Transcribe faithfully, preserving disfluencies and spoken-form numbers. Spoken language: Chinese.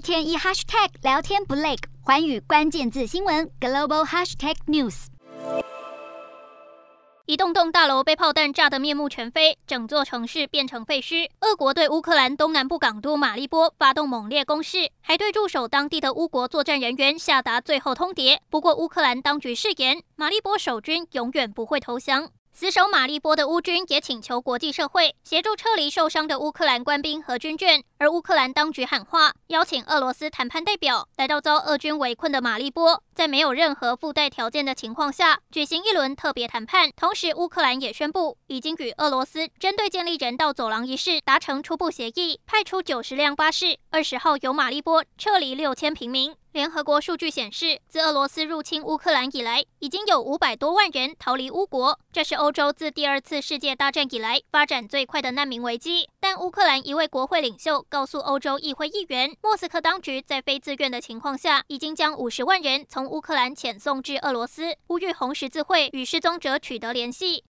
天一 hashtag 聊天不累，寰宇关键字新闻 global hashtag news。 一栋栋大楼被炮弹炸得面目全非，整座城市变成废墟。俄国对乌克兰东南部港都马利波发动猛烈攻势，还对驻守当地的乌国作战人员下达最后通牒。不过，乌克兰当局誓言，马利波守军永远不会投降。死守马利波的乌军也请求国际社会协助撤离受伤的乌克兰官兵和军眷，而乌克兰当局喊话，邀请俄罗斯谈判代表来到遭俄军围困的马利波，在没有任何附带条件的情况下举行一轮特别谈判。同时，乌克兰也宣布已经与俄罗斯针对建立人道走廊一事达成初步协议，派出九十辆巴士，二十号由马利波撤离六千平民。联合国数据显示，自俄罗斯入侵乌克兰以来，已经有五百多万人逃离乌国，这是欧洲自第二次世界大战以来发展最快的难民危机。但乌克兰一位国会领袖告诉欧洲议会议员，莫斯科当局在非自愿的情况下，已经将五十万人从乌克兰遣送至俄罗斯，呼吁红十字会与失踪者取得联系。